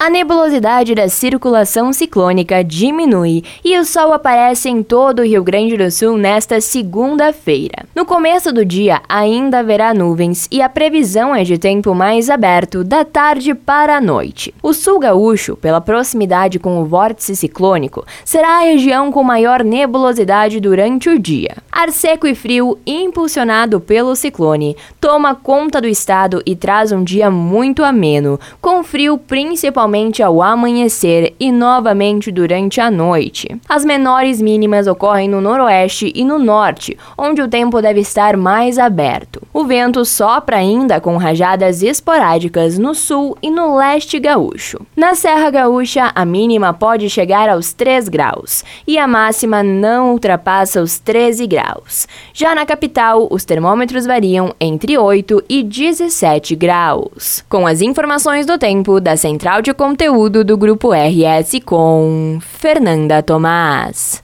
A nebulosidade da circulação ciclônica diminui e o sol aparece em todo o Rio Grande do Sul nesta segunda-feira. No começo do dia ainda haverá nuvens e a previsão é de tempo mais aberto da tarde para a noite. O sul gaúcho, pela proximidade com o vórtice ciclônico, será a região com maior nebulosidade durante o dia. Ar seco e frio, impulsionado pelo ciclone, toma conta do estado e traz um dia muito ameno, com frio principalmente ao amanhecer e novamente durante a noite. As menores mínimas ocorrem no noroeste e no norte, onde o tempo deve estar mais aberto. O vento sopra ainda com rajadas esporádicas no sul e no leste gaúcho. Na Serra Gaúcha, a mínima pode chegar aos 3 graus e a máxima não ultrapassa os 13 graus. Já na capital, os termômetros variam entre 8 e 17 graus. Com as informações do tempo da Central de Conteúdo do Grupo RS com Fernanda Tomás.